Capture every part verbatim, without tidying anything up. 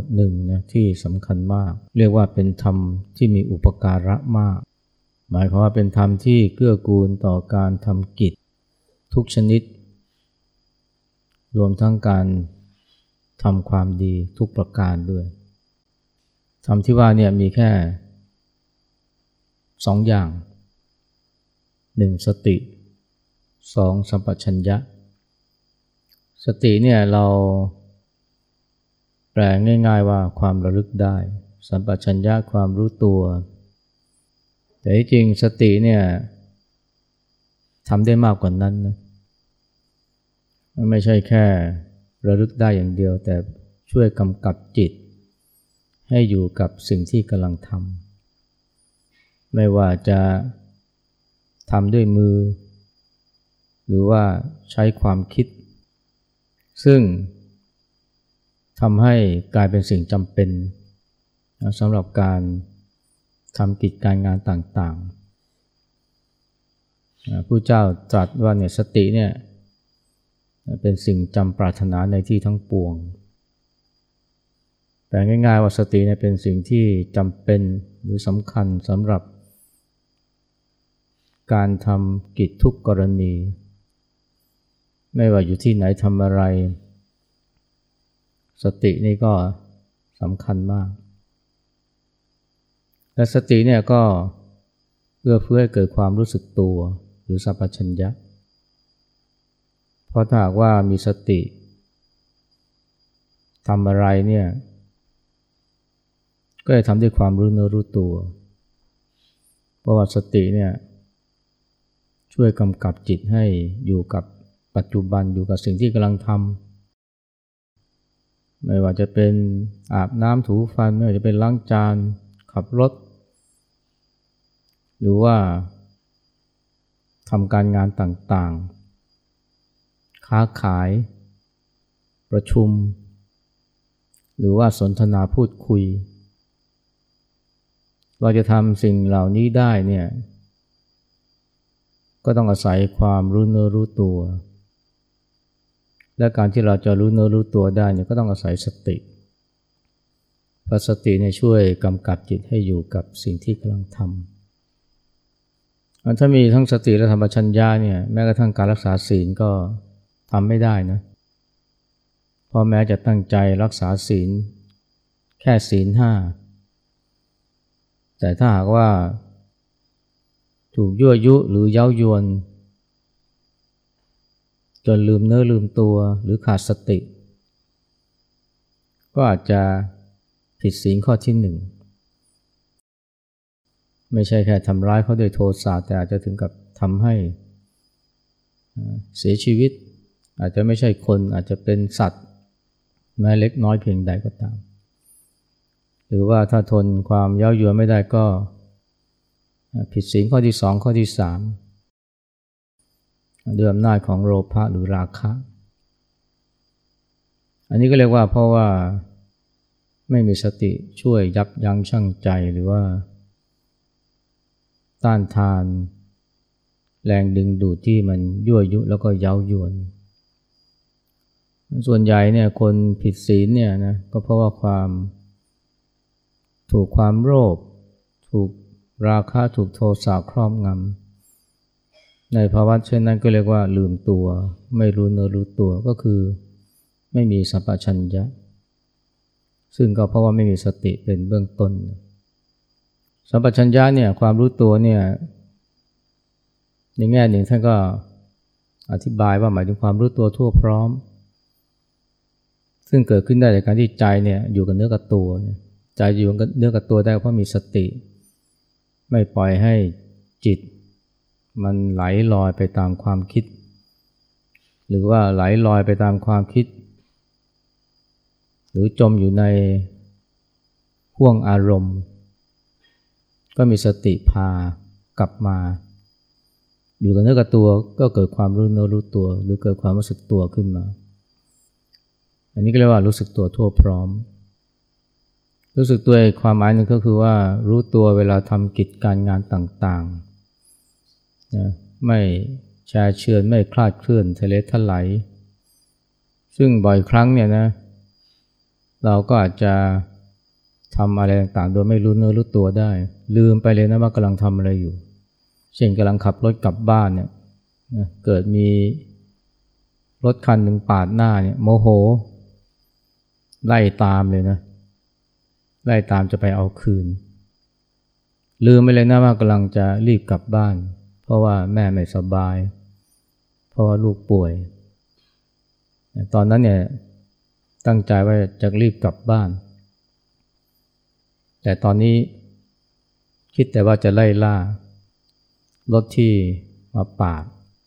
หนึ่งนะที่สำคัญมากเรียกว่าเป็นธรรมที่มีอุปการะมากหมายความว่าเป็นธรรมที่เกื้อกูลต่อการทำกิจทุกชนิดรวมทั้งการทำความดีทุกประการด้วยธรรมที่ว่าเนี่ยมีแค่สองอย่างหนึ่งสติสองสัมปชัญญะสติเนี่ยเราแปลง่ายๆว่าความระลึกได้สัมปชัญญะความรู้ตัวแต่ที่จริงสติเนี่ยทำได้มากกว่านั้นนะไม่ใช่แค่ระลึกได้อย่างเดียวแต่ช่วยกำกับจิตให้อยู่กับสิ่งที่กำลังทำไม่ว่าจะทำด้วยมือหรือว่าใช้ความคิดซึ่งทำให้กลายเป็นสิ่งจำเป็นสำหรับการทำกิจการงานต่างๆผู้เจ้าตรัสว่าเนี่ยสติเนี่ยเป็นสิ่งจำปรารถนาในที่ทั้งปวงแต่ง่ายๆว่าสติเนี่ยเป็นสิ่งที่จำเป็นหรือสำคัญสำหรับการทำกิจทุกกรณีไม่ว่าอยู่ที่ไหนทำอะไรสตินี่ก็สำคัญมากและสติเนี่ยก็เอื้อเฟื้อให้เกิดความรู้สึกตัวหรือสัมปชัญญะเพราะถ้าหากว่ามีสติทำอะไรเนี่ยก็จะทำด้วยความรู้เนื้อรู้ตัวเพราะว่าสติเนี่ยช่วยกำกับจิตให้อยู่กับปัจจุบันอยู่กับสิ่งที่กำลังทำไม่ว่าจะเป็นอาบน้ำถูฟันไม่ว่าจะเป็นล้างจานขับรถหรือว่าทำการงานต่างๆค้าขายประชุมหรือว่าสนทนาพูดคุยเราจะทำสิ่งเหล่านี้ได้เนี่ยก็ต้องอาศัยความรู้เนื้อรู้ตัวและการที่เราจะรู้เนื้อรู้ตัวได้เนี่ยก็ต้องอาศัยสติเพราะสติเนี่ยช่วยกำกับจิตให้อยู่กับสิ่งที่กำลังทำถ้ามีทั้งสติและสัมปชัญญะเนี่ยแม้กระทั่งการรักษาศีลก็ทำไม่ได้นะเพราะแม้จะตั้งใจรักษาศีลแค่ศีลห้าแต่ถ้าหากว่าถูกยั่วยุหรือเย้ายวนจนลืมเนื้อลืมตัวหรือขาดสติก็อาจจะผิดศีลข้อที่หนึ่งไม่ใช่แค่ทำร้ายเขาด้วยโทสะแต่อาจจะถึงกับทำให้เสียชีวิตอาจจะไม่ใช่คนอาจจะเป็นสัตว์แม้เล็กน้อยเพียงใดก็ตามหรือว่าถ้าทนความเย้ายวนไม่ได้ก็ผิดศีลข้อที่สองข้อที่สามด้วยอำนาจของโลภะหรือราคะอันนี้ก็เรียกว่าเพราะว่าไม่มีสติช่วยยับยั้งชั่งใจหรือว่าต้านทานแรงดึงดูดที่มันยั่วยุแล้วก็เย้ายวนส่วนใหญ่เนี่ยคนผิดศีลเนี่ยนะก็เพราะว่าความถูกความโลภถูกราคะถูกโทสะครอบงำในภาวะเช่นนั้นก็เรียกว่าลืมตัวไม่รู้เนื้อรู้ตัวก็คือไม่มีสัมปชัญญะซึ่งก็เพราะว่าไม่มีสติเป็นเบื้องต้นสัมปชัญญะเนี่ยความรู้ตัวเนี่ยในแง่หนึ่งท่านก็อธิบายว่าหมายถึงความรู้ตัวทั่วพร้อมซึ่งเกิดขึ้นได้จากการที่ใจเนี่ยอยู่กับเนื้อกับตัวใจอยู่กับเนื้อกับตัวได้เพราะมีสติไม่ปล่อยให้จิตมันไหลลอยไปตามความคิดหรือว่าไหลลอยไปตามความคิดหรือจมอยู่ในห่วงอารมณ์ก็มีสติพากลับมาอยู่กับเนื้อกับตัวก็เกิดความรู้เนื้อรู้ตัวหรือเกิดความรู้สึกตัวขึ้นมาอันนี้ก็เรียกว่ารู้สึกตัวทั่วพร้อมรู้สึกตัวอีกความหมายหนึ่งก็คือว่ารู้ตัวเวลาทำกิจการงานต่างๆนะไม่แช่เชือนไม่คลาดเคลื่อนทะเลทลายซึ่งบ่อยครั้งเนี่ยนะเราก็อาจจะทำอะไรต่างๆโดยไม่รู้เนื้อรู้ตัวได้ลืมไปเลยนะว่ากำลังทำอะไรอยู่เช่นกำลังขับรถกลับบ้านเนี่ยนะเกิดมีรถคันหนึ่งปาดหน้าเนี่ยโมโหไล่ตามเลยนะไล่ตามจะไปเอาคืนลืมไปเลยนะว่ากำลังจะรีบกลับบ้านเพราะว่าแม่ไม่สบายเพราะว่าลูกป่วยตอนนั้นเนี่ยตั้งใจว่าจะรีบกลับบ้านแต่ตอนนี้คิดแต่ว่าจะไล่ล่ารถที่มาปาด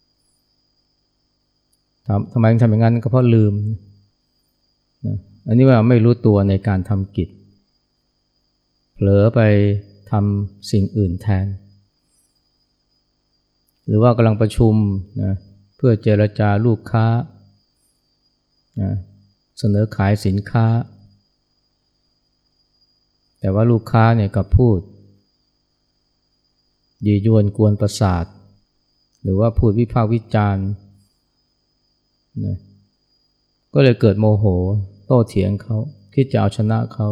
ทำไมถึงทำอย่างนั้นก็เพราะลืมนะอันนี้ว่าไม่รู้ตัวในการทำกิจเผลอไปทำสิ่งอื่นแทนหรือว่ากำลังประชุมนะเพื่อเจรจาลูกค้านะเสนอขายสินค้าแต่ว่าลูกค้าเนี่ยกับพูดยียวนกวนประสาทหรือว่าพูดวิพากษ์วิจารณ์นะก็เลยเกิดโมโหโต้เถียงเขาคิดจะเอาชนะเขา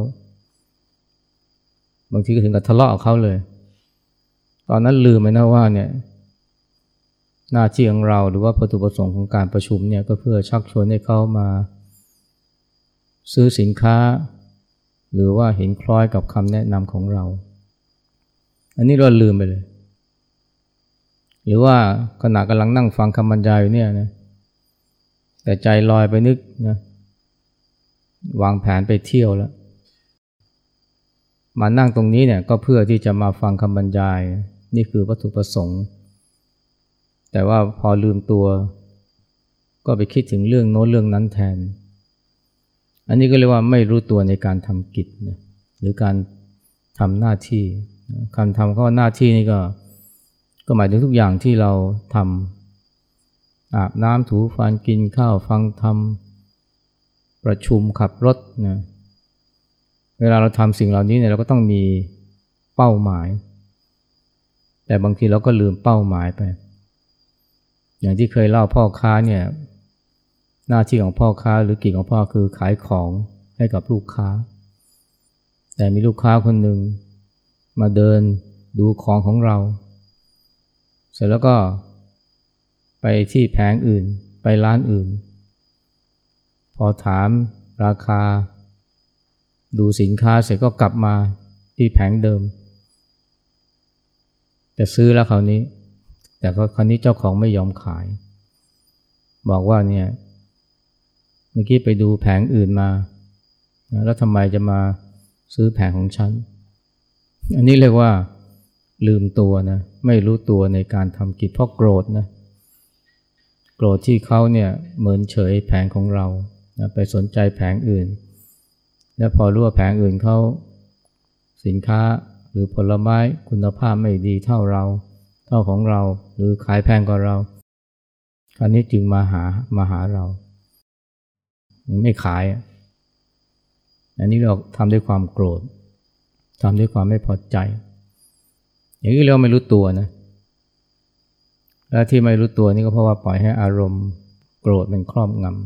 บางทีก็ถึงกับทะเลาะกับเขาเลยตอนนั้นลืมไปนะว่าเนี่ยหน้าที่ของเราหรือว่าวัตถุประสงค์ของการประชุมเนี่ยก็เพื่อชักชวนให้เขามาซื้อสินค้าหรือว่าเห็นคล้อยกับคำแนะนำของเราอันนี้เราลืมไปเลยหรือว่าขณะกำลังนั่งฟังคำบรรยายอยู่เนี่ยนะแต่ใจลอยไปนึกนะวางแผนไปเที่ยวแล้วมานั่งตรงนี้เนี่ยก็เพื่อที่จะมาฟังคำบรรยายนี่คือวัตถุประสงค์แต่ว่าพอลืมตัวก็ไปคิดถึงเรื่องโน้นเรื่องนั้นแทนอันนี้ก็เรียกว่าไม่รู้ตัวในการทำกิจนะหรือการทำหน้าที่การทำข้อหน้าที่นี่ก็ก็หมายถึงทุกอย่างที่เราทำอาบน้ำถูฟันกินข้าวฟังธรรมประชุมขับรถนะเวลาเราทำสิ่งเหล่านี้เนี่ยเราก็ต้องมีเป้าหมายแต่บางทีเราก็ลืมเป้าหมายไปอย่างที่เคยเล่าพ่อค้าเนี่ยหน้าที่ของพ่อค้าหรือกิจของพ่อคือขายของให้กับลูกค้าแต่มีลูกค้าคนหนึ่งมาเดินดูของของเราเสร็จแล้วก็ไปที่แผงอื่นไปร้านอื่นพอถามราคาดูสินค้าเสร็จก็กลับมาที่แผงเดิมแต่ซื้อแล้วคราวนี้แต่คราวนี้เจ้าของไม่ยอมขายบอกว่าเนี่ยเมื่อกี้ไปดูแผงอื่นมาแล้วทำไมจะมาซื้อแผงของฉันอันนี้เรียกว่าลืมตัวนะไม่รู้ตัวในการทำกิจเพราะโกรธนะโกรธที่เขาเนี่ยเหมินเฉยแผงของเรานะไปสนใจแผงอื่นแล้วพอรู้ว่าแผงอื่นเขาสินค้าหรือผลไม้คุณภาพไม่ดีเท่าเราเท่าของเราหรือขายแพงกว่าเราคราวนี้จึงมาหามาหาเราไม่ขายอันนี้เราทำด้วยความโกรธทำด้วยความไม่พอใจอย่างนี้เราไม่รู้ตัวนะและที่ไม่รู้ตัวนี่ก็เพราะว่าปล่อยให้อารมณ์โกรธมันครอบงำ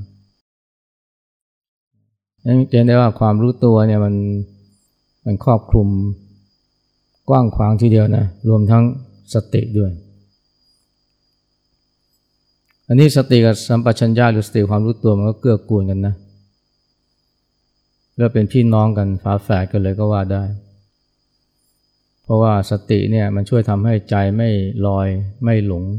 นั่นจะเห็นได้ว่าความรู้ตัวเนี่ยมันมันครอบคลุมกว้างขวางทีเดียวนะรวมทั้งสติด้วยอันนี้สติกับสัมปชัญญะหรือสติความรู้ตัวมันก็เกื้อกูลกันนะแล้วเป็นพี่น้องกันฝาแฝดกันเลยก็ว่าได้เพราะว่าสติเนี่ยมันช่วยทำให้ใจไม่ลอยไม่หลง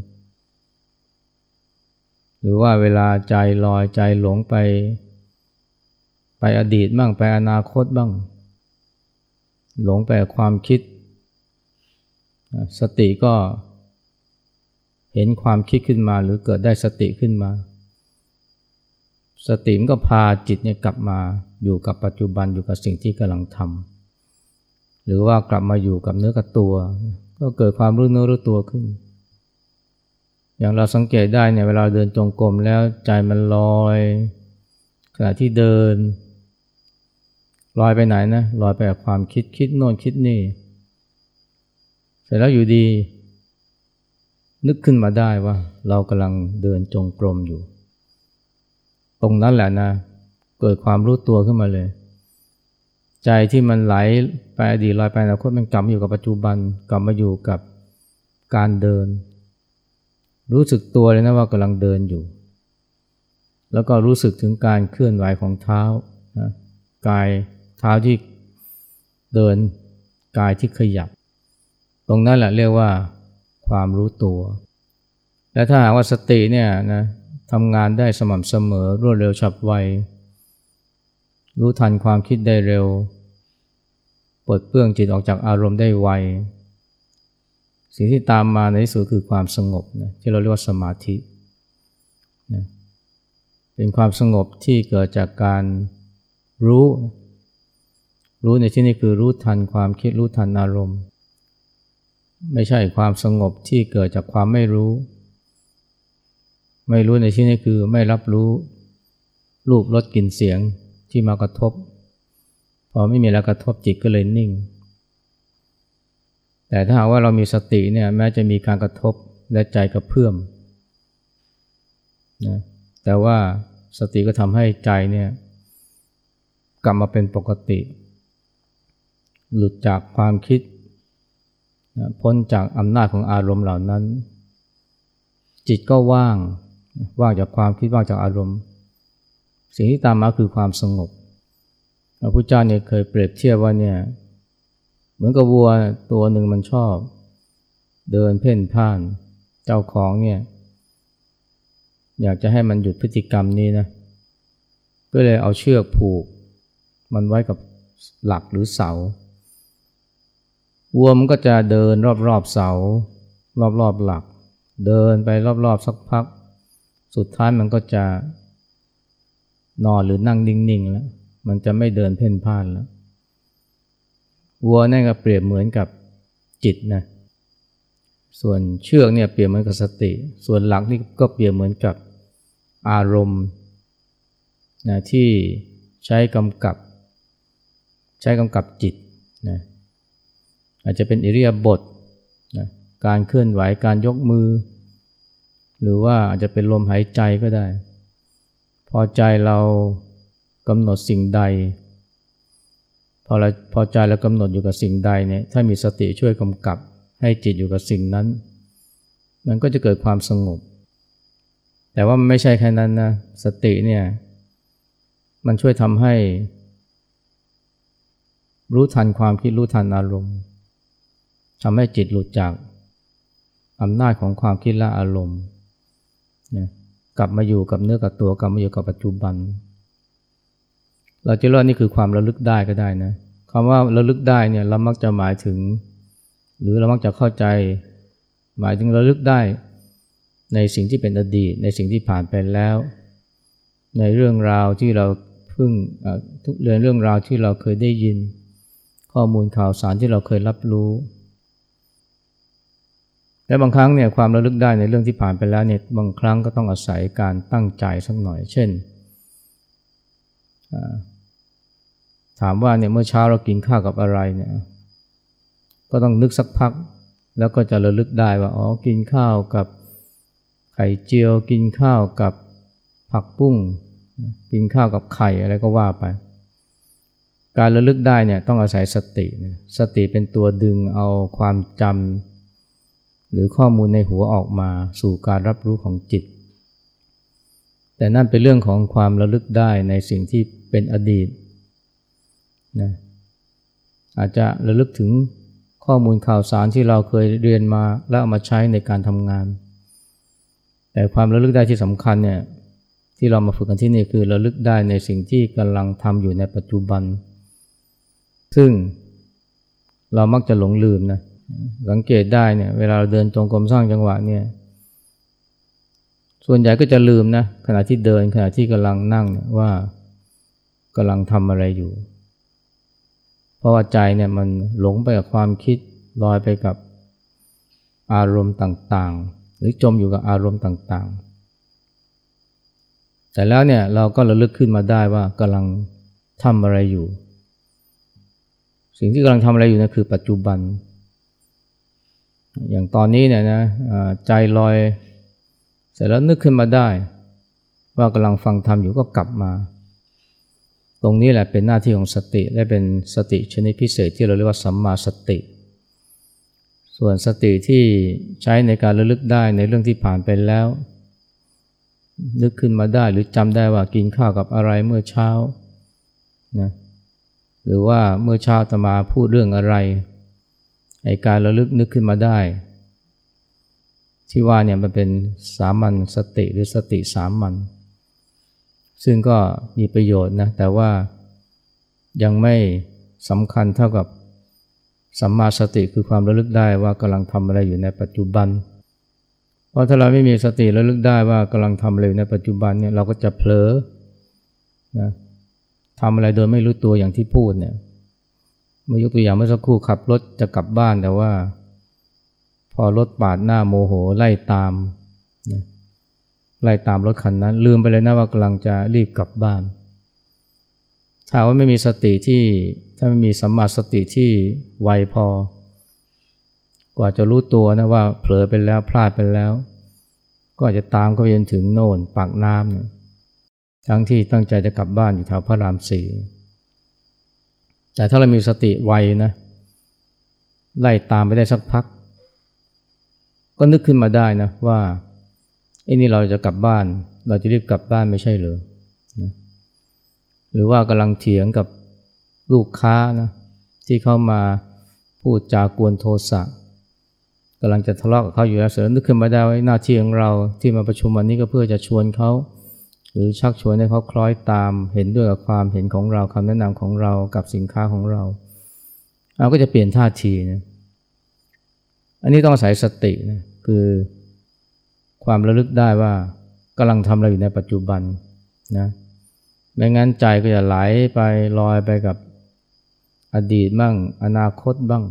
หรือว่าเวลาใจลอยใจหลงไปไปอดีตบ้างไปอนาคตบ้างหลงไปกับความคิดสติก็เห็นความคิดขึ้นมาหรือเกิดได้สติขึ้นมาสติมันก็พาจิตเนี่ยกลับมาอยู่กับปัจจุบันอยู่กับสิ่งที่กำลังทำหรือว่ากลับมาอยู่กับเนื้อกับตัวก็เกิดความรู้เนื้อรู้ตัวขึ้นอย่างเราสังเกตได้เนี่ยเวลาเดินจงกรมแล้วใจมันลอยขณะที่เดินลอยไปไหนนะลอยไปกับความคิดคิดโน่นคิดนี่เสร็จแล้วอยู่ดีนึกขึ้นมาได้ว่าเรากำลังเดินจงกรมอยู่ตรงนั้นแหละนะเกิดความรู้ตัวขึ้นมาเลยใจที่มันไหลไปอดีตลอยไปอนาคตมันกลับมาอยู่กับปัจจุบันกลับมาอยู่กับการเดินรู้สึกตัวเลยนะว่ากำลังเดินอยู่แล้วก็รู้สึกถึงการเคลื่อนไหวของเท้านะกายเท้าที่เดินกายที่ขยับตรงนั้นแหละเรียกว่าความรู้ตัวและถ้าหากว่าสติเนี่ยนะทำงานได้สม่ำเสมอรวดเร็วฉับไวรู้ทันความคิดได้เร็วปลดเปลื้องจิตออกจากอารมณ์ได้ไวสิ่งที่ตามมาในที่สุดคือความสงบนะที่เราเรียกว่าสมาธินะเป็นความสงบที่เกิดจากการรู้รู้ในที่นี้คือรู้ทันความคิดรู้ทันอารมณ์ไม่ใช่ความสงบที่เกิดจากความไม่รู้ไม่รู้ในที่นี้คือไม่รับรู้รูปรสกลิ่นเสียงที่มากระทบพอไม่มีอะไรกระทบจิตก็เลยนิ่งแต่ถ้าหากว่าเรามีสติเนี่ยแม้จะมีการกระทบและใจกระเพื่อมนะแต่ว่าสติก็ทำให้ใจเนี่ยกลับมาเป็นปกติหลุดจากความคิดนะพ้นจากอำนาจของอารมณ์เหล่านั้นจิตก็ว่างว่างจากความคิดว่างจากอารมณ์สิ่งที่ตามมาคือความสงบพระพุทธเจ้าเนี่ยเคยเปรียบเทียบว่าเนี่ยเหมือนกับวัวตัวหนึ่งมันชอบเดินเพ่นพ่านเจ้าของเนี่ยอยากจะให้มันหยุดพฤติกรรมนี้นะก็เลยเอาเชือกผูกมันไว้กับหลักหรือเสาวัวมันก็จะเดินรอบๆเสารอบๆหลักเดินไปรอบๆสักพักสุดท้ายมันก็จะนอนหรือนั่งนิ่งๆแล้วมันจะไม่เดินเพ่นพ่านแล้ววัวนั่นก็เปรียบเหมือนกับจิตนะส่วนเชือกเนี่ยเปรียบเหมือนกับสติส่วนหลักนี่ก็เปรียบเหมือนกับอารมณ์นะที่ใช้กำกับใช้กำกับจิตนะอาจจะเป็นอิริยาบถนะการเคลื่อนไหวการยกมือหรือว่าอาจจะเป็นลมหายใจก็ได้พอใจเรากำหนดสิ่งใดพอเราพอใจเรากำหนดอยู่กับสิ่งใดเนี่ยถ้ามีสติช่วยกำกับให้จิตอยู่กับสิ่งนั้นมันก็จะเกิดความสงบแต่ว่ามันไม่ใช่แค่นั้นนะสติเนี่ยมันช่วยทำให้รู้ทันความคิดรู้ทันอารมณ์ทำให้จิตหลุดจากอำนาจของความคิดและอารมณ์นะกลับมาอยู่กับเนื้อกับตัวกลับมาอยู่กับปัจจุบันเราจะเรียกว่านี่คือความระลึกได้ก็ได้นะคำว่าระลึกได้เนี่ยเรามักจะหมายถึงหรือเรามักจะเข้าใจหมายถึงระลึกได้ในสิ่งที่เป็นอดีตในสิ่งที่ผ่านไปแล้วในเรื่องราวที่เราเพิ่งทุกเรื่องเรื่องราวที่เราเคยได้ยินข้อมูลข่าวสารที่เราเคยรับรู้และบางครั้งเนี่ยความระลึกได้ในเรื่องที่ผ่านไปแล้วเนี่ยบางครั้งก็ต้องอาศัยการตั้งใจสักหน่อยเช่นถามว่าเนี่ยเมื่อเช้าเรากินข้าวกับอะไรเนี่ยก็ต้องนึกสักพักแล้วก็จะระลึกได้ว่าอ๋อกินข้าวกับไข่เจียวกินข้าวกับผักบุ้งกินข้าวกับไข่อะไรก็ว่าไปการระลึกได้เนี่ยต้องอาศัยสติสติเป็นตัวดึงเอาความจำหรือข้อมูลในหัวออกมาสู่การรับรู้ของจิตแต่นั่นเป็นเรื่องของความระลึกได้ในสิ่งที่เป็นอดีตนะอาจจะระลึกถึงข้อมูลข่าวสารที่เราเคยเรียนมาแล้วเอามาใช้ในการทำงานแต่ความระลึกได้ที่สำคัญเนี่ยที่เรามาฝึกกันที่นี่คือระลึกได้ในสิ่งที่กำลังทำอยู่ในปัจจุบันซึ่งเรามักจะหลงลืมนะสังเกตได้เนี่ยเวลาเราเดินจงกรมสร้างจังหวะเนี่ยส่วนใหญ่ก็จะลืมนะขณะที่เดินขณะที่กำลังนั่งเนี่ยว่ากำลังทำอะไรอยู่เพราะว่าใจเนี่ยมันหลงไปกับความคิดลอยไปกับอารมณ์ต่างๆหรือจมอยู่กับอารมณ์ต่างๆแต่แล้วเนี่ยเราก็ระลึกขึ้นมาได้ว่ากำลังทำอะไรอยู่สิ่งที่กำลังทำอะไรอยู่นะคือปัจจุบันอย่างตอนนี้เนี่ยนะใจลอยเสร็จแล้วนึกขึ้นมาได้ว่ากำลังฟังธรรมอยู่ก็กลับมาตรงนี้แหละเป็นหน้าที่ของสติและเป็นสติชนิดพิเศษที่เราเรียกว่าสัมมาสติส่วนสติที่ใช้ในการระลึกได้ในเรื่องที่ผ่านไปแล้วนึกขึ้นมาได้หรือจำได้ว่ากินข้าวกับอะไรเมื่อเช้านะหรือว่าเมื่อเช้าอาตมาพูดเรื่องอะไรไอ้การระลึกนึกขึ้นมาได้ที่ว่าเนี่ยมันเป็นสามัญสติหรือสติสามัญซึ่งก็มีประโยชน์นะแต่ว่ายังไม่สำคัญเท่ากับสัมมาสติคือความระลึกได้ว่ากำลังทำอะไรอยู่ในปัจจุบันเพราะถ้าเราไม่มีสติระลึกได้ว่ากำลังทำอะไรอยู่ในปัจจุบันเนี่ยเราก็จะเผลอนะทำอะไรโดยไม่รู้ตัวอย่างที่พูดเนี่ยเมื่อยกตัวอย่างเมื่อสักครู่ขับรถจะกลับบ้านแต่ว่าพอรถปาดหน้าโมโหไล่ตามนะไล่ตามรถคันนั้นลืมไปเลยนะว่ากำลังจะรีบกลับบ้านถ้าว่าไม่มีสติที่ถ้าไม่มีสัมมาสติที่ไวพอกว่าจะรู้ตัวนะว่าเผลอไปแล้วพลาดไปแล้วก็อาจจะตามก็ไปจนถึงโน่นปากน้ำเนี่ยทั้งที่ตั้งใจจะกลับบ้านอยู่แถวพระรามสี่แต่ถ้าเรามีสติไวนะไล่ตามไปได้สักพักก็นึกขึ้นมาได้นะว่าไอ้นี่เราจะกลับบ้านเราจะรีบกลับบ้านไม่ใช่เหรอนะหรือว่ากำลังเถียงกับลูกค้านะที่เข้ามาพูดจากวนโทสะกำลังจะทะเลาะกับเขาอยู่แล้วเสร็จนึกขึ้นมาได้ว่าหน้าที่ของเราที่มาประชุมวันนี้ก็เพื่อจะชวนเขาหรือชักชวนให้เขาคล้อยตามเห็นด้วยกับความเห็นของเราคำแนะนำของเรากับสินค้าของเราเราก็จะเปลี่ยนท่าทีนะอันนี้ต้องอาศัยสตินะคือความระลึกได้ว่ากำลังทำอะไรอยู่ในปัจจุบันนะไม่งั้นใจก็จะไหลไปลอยไปกับอดีตบ้างอนาคตบ้าง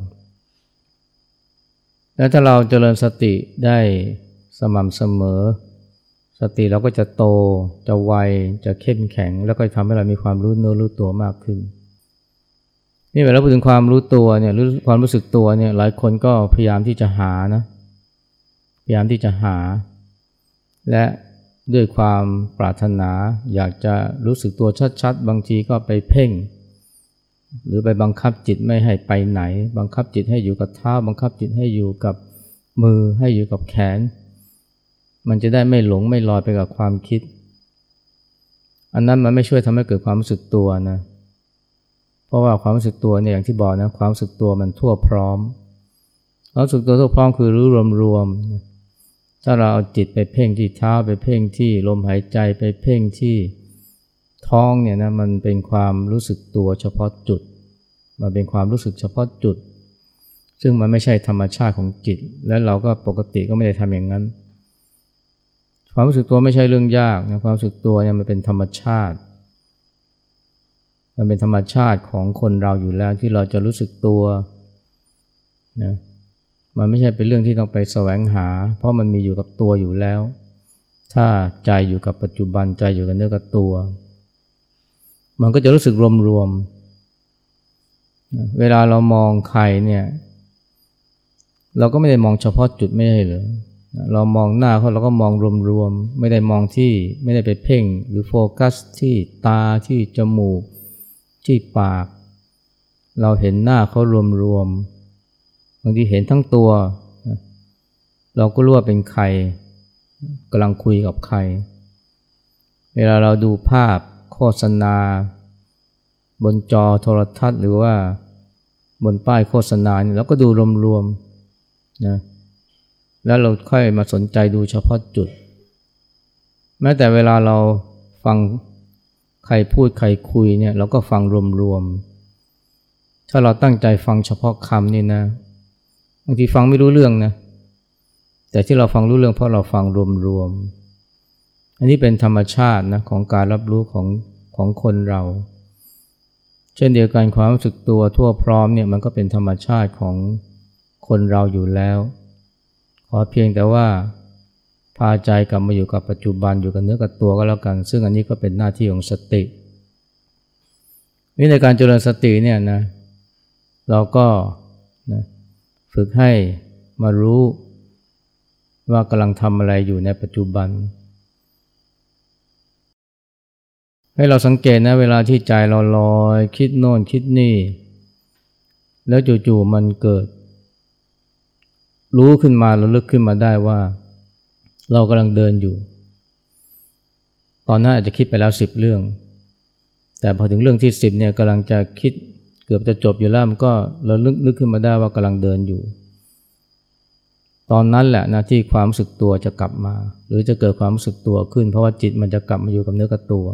แล้วถ้าเราเจริญสติได้สม่ำเสมอสติเราก็จะโตจะไวจะเข้มแข็งแล้วก็ทำให้เรามีความรู้เนื้อรู้ตัวมากขึ้นนี่เวลาพูดถึงความรู้ตัวเนี่ยหรือความรู้สึกตัวเนี่ยหลายคนก็พยายามที่จะหานะพยายามที่จะหาและด้วยความปรารถนาอยากจะรู้สึกตัวชัดๆบางทีก็ไปเพ่งหรือไปบังคับจิตไม่ให้ไปไหนบังคับจิตให้อยู่กับเท้าบังคับจิตให้อยู่กับมือให้อยู่กับแขนมันจะได้ไม่หลงไม่ลอยไปกับความคิดอันนั้นมันไม่ช่วยทำให้เกิดความรู้สึกตัวนะเพราะว่าความรู้สึกตัวเนี่ยอย่างที่บอกนะความรู้สึกตัวมันทั่วพร้อมความรู้สึกตัวทั่วพร้อมคือรู้รวมๆถ้าเราเอาจิตไปเพ่งที่เท้าไปเพ่งที่ลมหายใจไปเพ่งที่ท้องเนี่ยนะมันเป็นความรู้สึกตัวเฉพาะจุดมันเป็นความรู้สึกเฉพาะจุดซึ่งมันไม่ใช่ธรรมชาติของจิตและเราก็ปกติก็ไม่ได้ทำอย่างนั้นความรู้สึกตัวไม่ใช่เรื่องยากนะความรู้สึกตัวเนี่ยมันเป็นธรรมชาติมันเป็นธรรมชาติของคนเราอยู่แล้วที่เราจะรู้สึกตัวนะมันไม่ใช่เป็นเรื่องที่ต้องไปแสวงหาเพราะมันมีอยู่กับตัวอยู่แล้วถ้าใจอยู่กับปัจจุบันใจอยู่กับเนื้อกับตัวมันก็จะรู้สึกรวมๆเวลาเรามองใครเนี่ยเราก็ไม่ได้มองเฉพาะจุดไม่ใช่เหรอเรามองหน้าเขาเราก็มองรวมๆไม่ได้มองที่ไม่ได้ไปเพ่งหรือโฟกัสที่ตาที่จมูกที่ปากเราเห็นหน้าเขารวมๆบางทีเห็นทั้งตัวเราก็รู้ว่าเป็นใครกำลังคุยกับใครเวลาเราดูภาพโฆษณาบนจอโทรทัศน์หรือว่าบนป้ายโฆษณาเนี่ยเราก็ดูรวมๆนะแล้วเราค่อยมาสนใจดูเฉพาะจุดแม้แต่เวลาเราฟังใครพูดใครคุยเนี่ยเราก็ฟังรวมๆถ้าเราตั้งใจฟังเฉพาะคำนี่นะบางทีฟังไม่รู้เรื่องนะแต่ที่เราฟังรู้เรื่องเพราะเราฟังรวมๆอันนี้เป็นธรรมชาตินะของการรับรู้ของของคนเราเช่นเดียวกันความรู้สึกตัวทั่วพร้อมเนี่ยมันก็เป็นธรรมชาติของคนเราอยู่แล้วขอเพียงแต่ว่าพาใจกลับมาอยู่กับปัจจุบันอยู่กับเนื้อกับตัวก็แล้วกันซึ่งอันนี้ก็เป็นหน้าที่ของสตินี่ในการเจริญสติเนี่ยนะเราก็นะฝึกให้มารู้ว่ากำลังทำอะไรอยู่ในปัจจุบันให้เราสังเกตนะเวลาที่ใจเราลอยคิดโน่นคิดนี่แล้วจู่ๆมันเกิดรู้ขึ้นมาระลึกขึ้นมาได้ว่าเรากำลังเดินอยู่ตอนนั้นอาจจะคิดไปแล้วสิบเรื่องแต่พอถึงเรื่องที่สิบเนี่ยกำลังจะคิดเกือบจะจบอยู่แล้วมันก็ระลึกนึกขึ้นมาได้ว่ากำลังเดินอยู่ตอนนั้นแหละนะที่ความรู้สึกตัวจะกลับมาหรือจะเกิดความรู้สึกตัวขึ้นเพราะว่าจิตมันจะกลับมาอยู่กับเนื้อกับตัว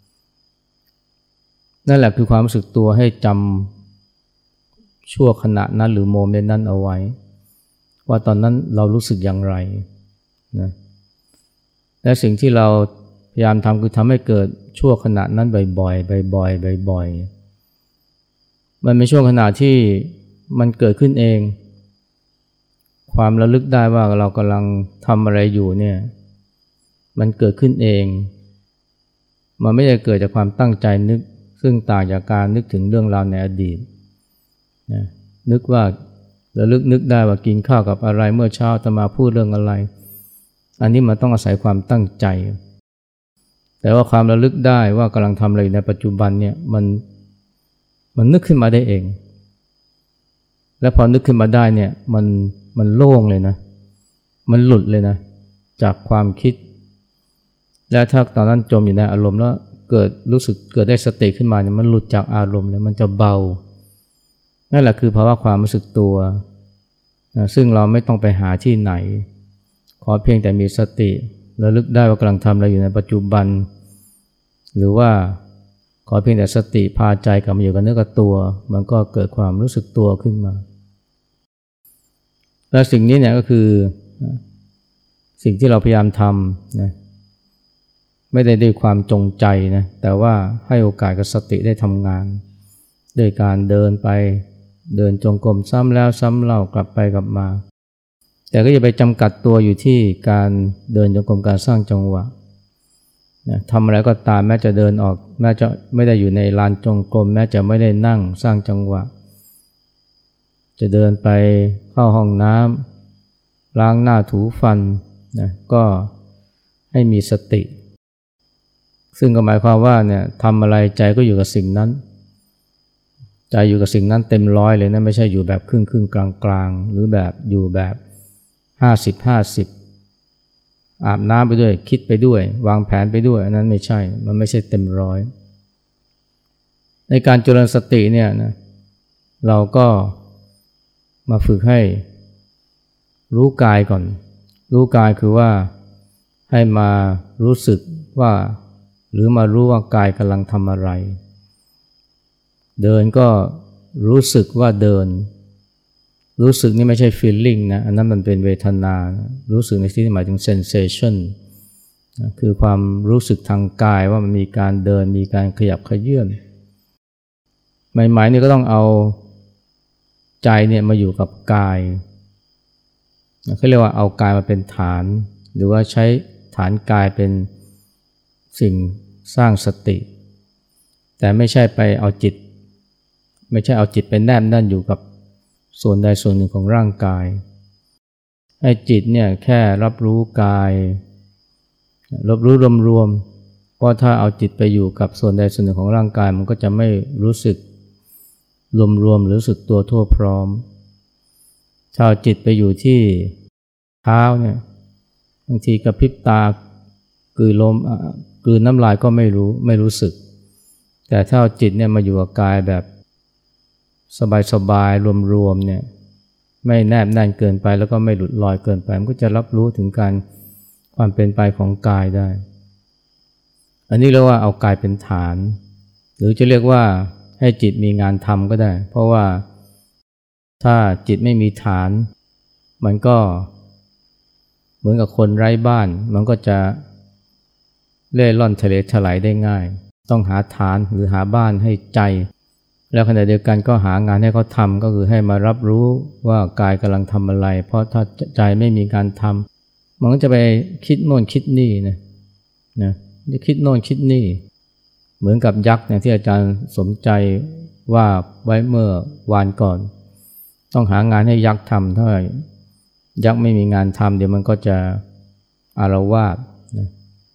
นั่นแหละคือความรู้สึกตัวให้จำชั่วขณะนั้นหรือโมเมนต์นั้นเอาไว้ว่าตอนนั้นเรารู้สึกอย่างไรนะและสิ่งที่เราพยายามทำคือทำให้เกิดชั่วขณะนั้นบ่อยๆบ่อยๆบ่อยๆมันเป็นช่วงขณะที่มันเกิดขึ้นเองความระลึกได้ว่าเรากำลังทำอะไรอยู่เนี่ยมันเกิดขึ้นเองมันไม่ได้เกิดจากความตั้งใจนึกซึ่งต่างจากการนึกถึงเรื่องราวในอดีตนะนึกว่าระลึกนึกได้ว่ากินข้าวกับอะไรเมื่อเช้าจะมาพูดเรื่องอะไรอันนี้มันต้องอาศัยความตั้งใจแต่ว่าความระลึกได้ว่ากำลังทำอะไรอยู่ในปัจจุบันเนี่ยมันมันนึกขึ้นมาได้เองและพอนึกขึ้นมาได้เนี่ยมันมันโล่งเลยนะมันหลุดเลยนะจากความคิดและถ้าตอนนั้นจมอยู่ในอารมณ์แล้วเกิดรู้สึกเกิดได้สติขึ้นมาเนี่ยมันหลุดจากอารมณ์เลยมันจะเบานั่นแหละคือภาวะความรู้สึกตัวนะซึ่งเราไม่ต้องไปหาที่ไหนขอเพียงแต่มีสติระลึกได้ว่ากำลังทำอะไรอยู่ในปัจจุบันหรือว่าขอเพียงแต่สติพาใจกลับมาอยู่กับเนื้อกับตัวมันก็เกิดความรู้สึกตัวขึ้นมาและสิ่งนี้เนี่ยก็คือสิ่งที่เราพยายามทำนะไม่ได้ด้วยความจงใจนะแต่ว่าให้โอกาสกับสติได้ทำงานโดยการเดินไปเดินจงกรมซ้ำแล้วซ้ำเล่ากลับไปกลับมาแต่ก็อย่าไปจำกัดตัวอยู่ที่การเดินจงกรมการสร้างจังหวะนะทำอะไรก็ตามแม้จะเดินออกแม้จะไม่ได้อยู่ในลานจงกรมแม้จะไม่ได้นั่งสร้างจังหวะจะเดินไปเข้าห้องน้ำล้างหน้าถูฟันนะก็ให้มีสติซึ่งก็หมายความว่าเนี่ยทำอะไรใจก็อยู่กับสิ่งนั้นใจอยู่กับสิ่งนั้นเต็มร้อยเลยนะไม่ใช่อยู่แบบครึ่งครึ่งกลางกลางหรือแบบอยู่แบบห้าสิบห้าสิบอาบน้ำไปด้วยคิดไปด้วยวางแผนไปด้วยอันนั้นไม่ใช่มันไม่ใช่เต็มร้อยในการเจริญสติเนี่ยนะเราก็มาฝึกให้รู้กายก่อนรู้กายคือว่าให้มารู้สึกว่าหรือมารู้ว่ากายกำลังทำอะไรเดินก็รู้สึกว่าเดินรู้สึกนี่ไม่ใช่ feeling นะอันนั้นมันเป็นเวทนานะรู้สึกในที่นี้หมายถึง sensation นะคือความรู้สึกทางกายว่ามันมีการเดินมีการขยับเขยื้อนใหม่ๆนี่ก็ต้องเอาใจเนี่ยมาอยู่กับกายเขาเรียกว่าเอากายมาเป็นฐานหรือว่าใช้ฐานกายเป็นสิ่งสร้างสติแต่ไม่ใช่ไปเอาจิตไม่ใช่เอาจิตไปแนบแน่นอยู่กับส่วนใดส่วนหนึ่งของร่างกายให้จิตเนี่ยแค่รับรู้กายรับรู้รวมๆเพราะถ้าเอาจิตไปอยู่กับส่วนใดส่วนหนึ่งของร่างกายมันก็จะไม่รู้สึกรวมๆหรือรู้สึกตัวทั่วพร้อมถ้าเอาจิตไปอยู่ที่เท้าเนี่ยบางทีกระพริบตากลืนลมกลืนน้ำลายก็ไม่รู้ไม่รู้สึกแต่ถ้าเอาจิตเนี่ยมาอยู่กับกายแบบสบายๆรวมๆเนี่ยไม่แนบแน่นเกินไปแล้วก็ไม่หลุดลอยเกินไปมันก็จะรับรู้ถึงการความเป็นไปของกายได้อันนี้เรียกว่าเอากายเป็นฐานหรือจะเรียกว่าให้จิตมีงานทำก็ได้เพราะว่าถ้าจิตไม่มีฐานมันก็เหมือนกับคนไร้บ้านมันก็จะเล่ร่อนทะเลถลายได้ง่ายต้องหาฐานหรือหาบ้านให้ใจแล้วขณะเดียวกันก็หางานให้เขาทำก็คือให้มารับรู้ว่ากายกำลังทำอะไรเพราะถ้าใจไม่มีการทำมันก็จะไปคิดโน่นคิดนี่นะนะจะคิดโน่นคิดนี่เหมือนกับยักษ์เนี่ยที่อาจารย์สมใจว่าไว้เมื่อวานก่อนต้องหางานให้ยักษ์ทำถ้ายักษ์ไม่มีงานทำเดี๋ยวมันก็จะอาละวาดนะ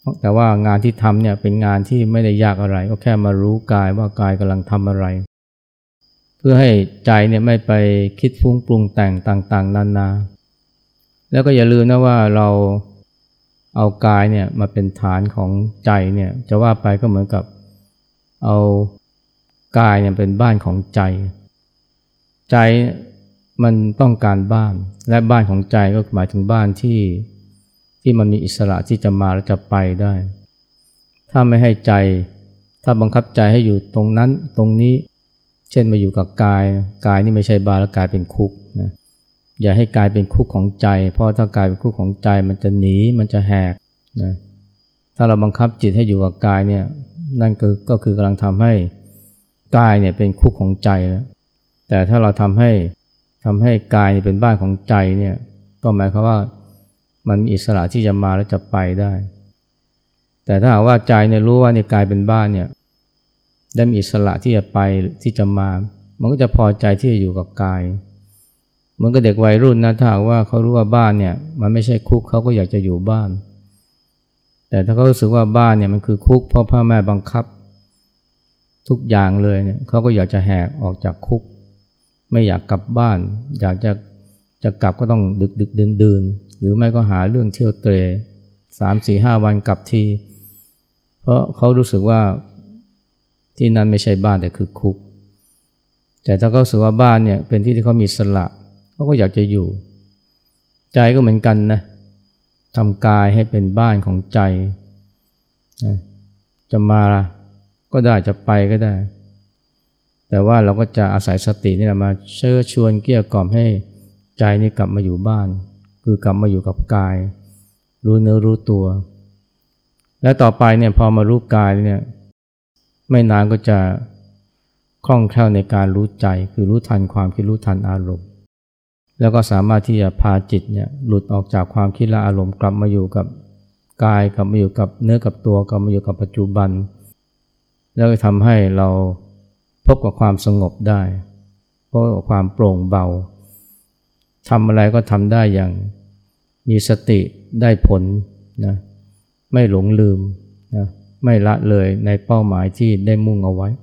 แต่ว่างานที่ทำเนี่ยเป็นงานที่ไม่ได้ยากอะไรก็แค่มารู้กายว่ากายกำลังทำอะไรเพื่อให้ใจเนี่ยไม่ไปคิดฟุ้งปรุงแต่งต่างๆนานาแล้วก็อย่าลืมนะว่าเราเอากายเนี่ยมาเป็นฐานของใจเนี่ยจะว่าไปก็เหมือนกับเอากายเนี่ยเป็นบ้านของใจใจมันต้องการบ้านและบ้านของใจก็หมายถึงบ้านที่ที่มันมีอิสระที่จะมาและจะไปได้ถ้าไม่ให้ใจถ้าบังคับใจให้อยู่ตรงนั้นตรงนี้เช่นมาอยู่กับกายกายนี่ไม่ใช่บ้านแล้วกลายเป็นคุกนะอย่าให้กายเป็นคุกของใจเพราะถ้ากายเป็นคุกของใจมันจะหนีมันจะแหกนะถ้าเราบังคับจิตให้อยู่กับกายเนี่ยนั่นก็ก็คือกำลังทำให้กายเนี่ยเป็นคุกของใจแล้วแต่ถ้าเราทำให้ทำให้กายเป็นบ้านของใจเนี่ยก็หมายความว่ามันมีอิสระที่จะมาและจะไปได้แต่ถ้าหากว่าใจเนี่ยรู้ว่าเนี่ยกายเป็นบ้านเนี่ยได้มีอิสระที่จะไปที่จะมามันก็จะพอใจที่จะอยู่กับกายเหมือนกับเด็กวัยรุ่นนะถ้าหากว่าเขารู้ว่าบ้านเนี่ยมันไม่ใช่คุกเขาก็อยากจะอยู่บ้านแต่ถ้าเขารู้สึกว่าบ้านเนี่ยมันคือคุกเพราะพ่อแม่บังคับทุกอย่างเลยเนี่ยเขาก็อยากจะแหกออกจากคุกไม่อยากกลับบ้านอยากจะจะกลับก็ต้องดึกดึกดื่นดื่นหรือไม่ก็หาเรื่องเที่ยวเตร่สามสี่ห้าวันกลับทีเพราะเขารู้สึกว่าที่นั่นไม่ใช่บ้านแต่คือคุกแต่ถ้าเขารู้สึกว่าบ้านเนี่ยเป็นที่ที่เขามีอิสระเขาก็อยากจะอยู่ใจก็เหมือนกันนะทำกายให้เป็นบ้านของใจนะจะมาก็ได้จะไปก็ได้แต่ว่าเราก็จะอาศัยสตินี่แหละมาเชิญชวนเกลี้ยกล่อมให้ใจนี่กลับมาอยู่บ้านคือกลับมาอยู่กับกายรู้เนื้อรู้ตัวและต่อไปเนี่ยพอมารู้กายเนี่ยไม่นานก็จะคล่องแคล่วในการรู้ใจคือรู้ทันความคิดรู้ทันอารมณ์แล้วก็สามารถที่จะพาจิตเนี่ยหลุดออกจากความคิดและอารมณ์กลับมาอยู่กับกายกลับมาอยู่กับเนื้อกับตัวกลับมาอยู่กับปัจจุบันแล้วก็ทำให้เราพบกับความสงบได้พบกับความโปร่งเบาทำอะไรก็ทำได้อย่างมีสติได้ผลนะไม่หลงลืมนะไม่ละเลยในเป้าหมายที่ได้มุ่งเอาไว้